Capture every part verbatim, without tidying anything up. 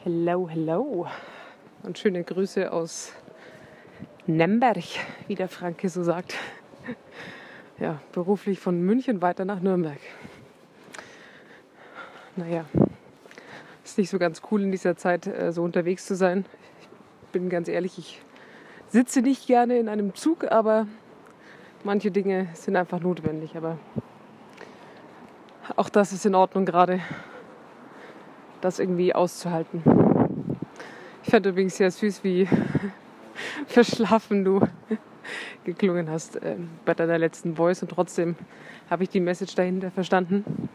Hello, hello. Und schöne Grüße aus Nemberg, wie der Franke so sagt. Ja, beruflich von München weiter nach Nürnberg. Naja, ist nicht so ganz cool in dieser Zeit äh, so unterwegs zu sein. Ich bin ganz ehrlich, ich sitze nicht gerne in einem Zug, aber manche Dinge sind einfach notwendig. Aber auch das ist in Ordnung gerade, das irgendwie auszuhalten. Ich fand übrigens sehr süß, wie verschlafen du geklungen hast äh, bei deiner letzten Voice und trotzdem habe ich die Message dahinter verstanden.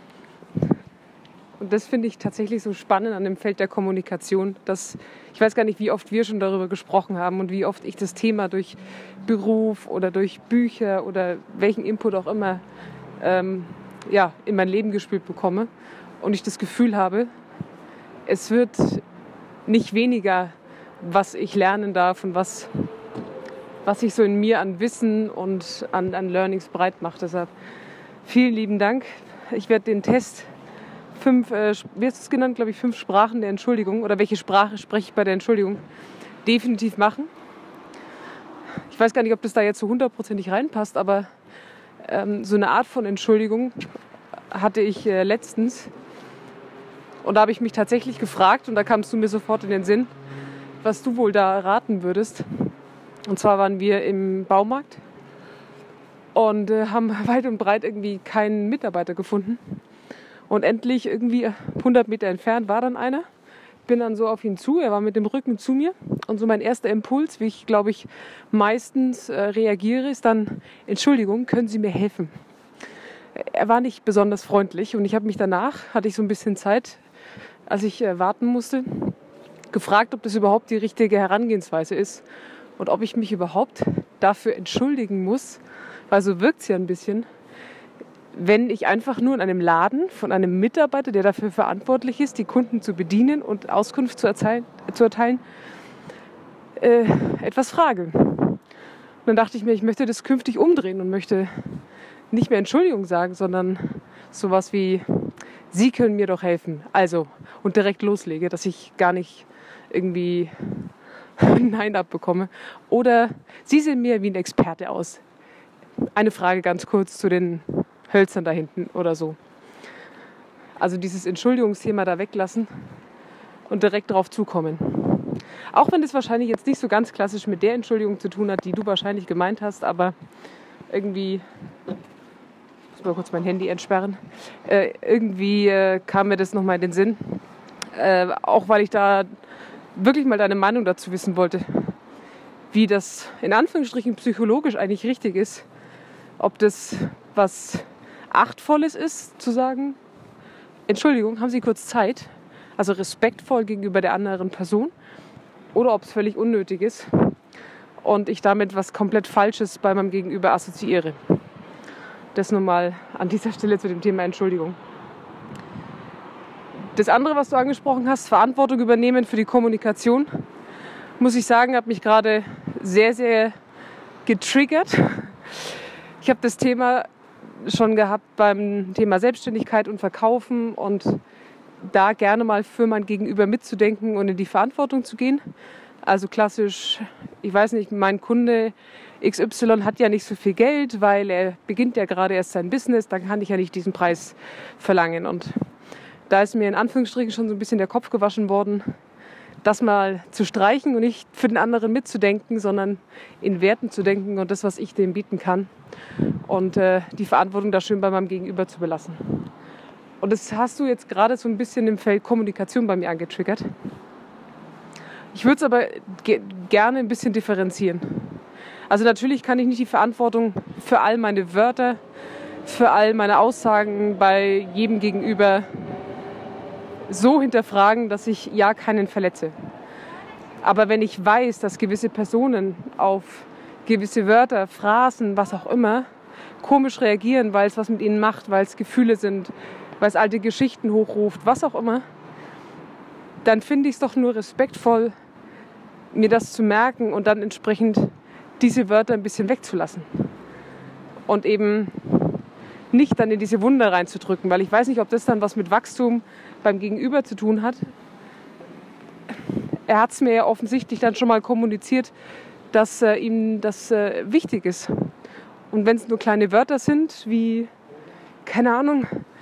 Und das finde ich tatsächlich so spannend an dem Feld der Kommunikation, dass ich weiß gar nicht, wie oft wir schon darüber gesprochen haben und wie oft ich das Thema durch Beruf oder durch Bücher oder welchen Input auch immer ähm, ja, in mein Leben gespielt bekomme und ich das Gefühl habe, es wird nicht weniger, was ich lernen darf und was, was sich so in mir an Wissen und an, an Learnings breit macht. Deshalb vielen lieben Dank. Ich werde den Test fünf, äh, wie hast du es genannt, glaube ich, fünf Sprachen der Entschuldigung oder welche Sprache spreche ich bei der Entschuldigung, definitiv machen. Ich weiß gar nicht, ob das da jetzt so hundertprozentig reinpasst, aber ähm, so eine Art von Entschuldigung hatte ich äh, letztens. Und da habe ich mich tatsächlich gefragt, und da kamst du mir sofort in den Sinn, was du wohl da raten würdest. Und zwar waren wir im Baumarkt und äh, haben weit und breit irgendwie keinen Mitarbeiter gefunden. Und endlich irgendwie hundert Meter entfernt war dann einer. Bin dann so auf ihn zu, er war mit dem Rücken zu mir. Und so mein erster Impuls, wie ich glaube ich meistens äh, reagiere, ist dann, Entschuldigung, können Sie mir helfen? Er war nicht besonders freundlich und ich habe mich danach, hatte ich so ein bisschen Zeit, als ich äh, warten musste, gefragt, ob das überhaupt die richtige Herangehensweise ist und ob ich mich überhaupt dafür entschuldigen muss, weil so wirkt es ja ein bisschen, wenn ich einfach nur in einem Laden von einem Mitarbeiter, der dafür verantwortlich ist, die Kunden zu bedienen und Auskunft zu erteilen, zu erteilen äh, etwas frage. Und dann dachte ich mir, ich möchte das künftig umdrehen und möchte nicht mehr Entschuldigung sagen, sondern sowas wie, Sie können mir doch helfen. Also, und direkt loslege, dass ich gar nicht irgendwie Nein abbekomme. Oder Sie sehen mir wie ein Experte aus. Eine Frage ganz kurz zu den Hölzern da hinten oder so. Also dieses Entschuldigungsthema da weglassen und direkt drauf zukommen. Auch wenn das wahrscheinlich jetzt nicht so ganz klassisch mit der Entschuldigung zu tun hat, die du wahrscheinlich gemeint hast, aber irgendwie, ich muss mal kurz mein Handy entsperren, äh, irgendwie äh, kam mir das nochmal in den Sinn. Äh, auch weil ich da wirklich mal deine Meinung dazu wissen wollte, wie das in Anführungsstrichen psychologisch eigentlich richtig ist. Ob das was Achtvolles ist, zu sagen, Entschuldigung, haben Sie kurz Zeit? Also respektvoll gegenüber der anderen Person. Oder ob es völlig unnötig ist und ich damit was komplett Falsches bei meinem Gegenüber assoziiere. Das nun mal an dieser Stelle zu dem Thema Entschuldigung. Das andere, was du angesprochen hast, Verantwortung übernehmen für die Kommunikation, muss ich sagen, hat mich gerade sehr, sehr getriggert. Ich habe das Thema schon gehabt beim Thema Selbstständigkeit und Verkaufen und da gerne mal für mein Gegenüber mitzudenken und in die Verantwortung zu gehen. Also klassisch, ich weiß nicht, mein Kunde X Y hat ja nicht so viel Geld, weil er beginnt ja gerade erst sein Business, dann kann ich ja nicht diesen Preis verlangen. Und da ist mir in Anführungsstrichen schon so ein bisschen der Kopf gewaschen worden, das mal zu streichen und nicht für den anderen mitzudenken, sondern in Werten zu denken und das, was ich dem bieten kann. Und äh, die Verantwortung da schön bei meinem Gegenüber zu belassen. Und das hast du jetzt gerade so ein bisschen im Feld Kommunikation bei mir angetriggert. Ich würde es aber ge- gerne ein bisschen differenzieren. Also natürlich kann ich nicht die Verantwortung für all meine Wörter, für all meine Aussagen bei jedem Gegenüber so hinterfragen, dass ich ja keinen verletze. Aber wenn ich weiß, dass gewisse Personen auf gewisse Wörter, Phrasen, was auch immer, komisch reagieren, weil es was mit ihnen macht, weil es Gefühle sind, weil es alte Geschichten hochruft, was auch immer, dann finde ich es doch nur respektvoll, mir das zu merken und dann entsprechend diese Wörter ein bisschen wegzulassen. Und eben nicht dann in diese Wunde reinzudrücken, weil ich weiß nicht, ob das dann was mit Wachstum beim Gegenüber zu tun hat er hat es mir ja offensichtlich dann schon mal kommuniziert, dass äh, ihm das äh, wichtig ist. Und wenn es nur kleine Wörter sind, wie, keine Ahnung,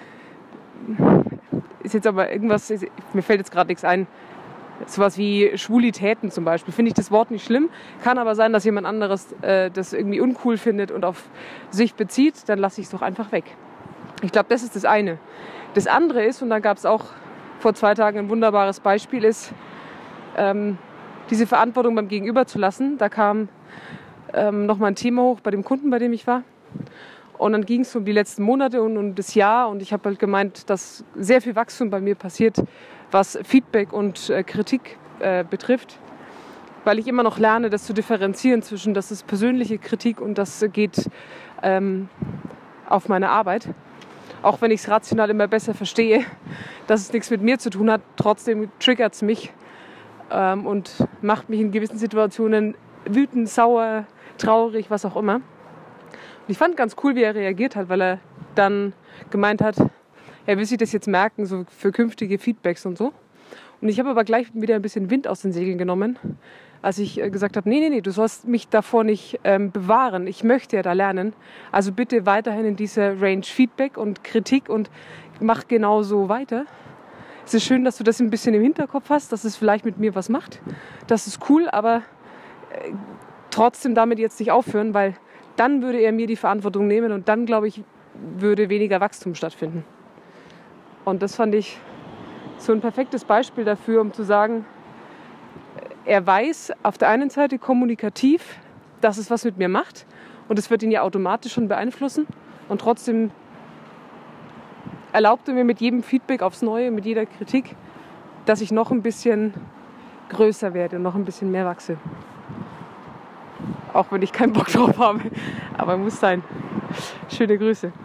ist jetzt aber irgendwas, mir fällt jetzt gerade nichts ein, sowas wie Schwulitäten zum Beispiel, finde ich das Wort nicht schlimm, kann aber sein, dass jemand anderes äh, das irgendwie uncool findet und auf sich bezieht, dann lasse ich es doch einfach weg. Ich glaube, das ist das eine. Das andere ist, und da gab es auch vor zwei Tagen ein wunderbares Beispiel, ist, ähm, diese Verantwortung beim Gegenüber zu lassen. Da kam ähm, nochmal ein Thema hoch bei dem Kunden, bei dem ich war. Und dann ging es um die letzten Monate und um das Jahr. Und ich habe halt gemeint, dass sehr viel Wachstum bei mir passiert, was Feedback und äh, Kritik äh, betrifft. Weil ich immer noch lerne, das zu differenzieren zwischen, das ist persönliche Kritik und das geht ähm, auf meine Arbeit. Auch wenn ich es rational immer besser verstehe, dass es nichts mit mir zu tun hat, trotzdem triggert es mich ähm, und macht mich in gewissen Situationen wütend, sauer, traurig, was auch immer. Und ich fand ganz cool, wie er reagiert hat, weil er dann gemeint hat, er will sich das jetzt merken, so für künftige Feedbacks und so. Und ich habe aber gleich wieder ein bisschen Wind aus den Segeln genommen, als ich gesagt habe, nee, nee, nee, du sollst mich davor nicht ähm, bewahren. Ich möchte ja da lernen. Also bitte weiterhin in dieser Range Feedback und Kritik und mach genau so weiter. Es ist schön, dass du das ein bisschen im Hinterkopf hast, dass es vielleicht mit mir was macht. Das ist cool, aber äh, trotzdem damit jetzt nicht aufhören, weil dann würde er mir die Verantwortung nehmen und dann, glaube ich, würde weniger Wachstum stattfinden. Und das fand ich so ein perfektes Beispiel dafür, um zu sagen, er weiß auf der einen Seite kommunikativ, dass es was mit mir macht und es wird ihn ja automatisch schon beeinflussen und trotzdem erlaubt er mir mit jedem Feedback aufs Neue, mit jeder Kritik, dass ich noch ein bisschen größer werde und noch ein bisschen mehr wachse. Auch wenn ich keinen Bock drauf habe, aber muss sein. Schöne Grüße.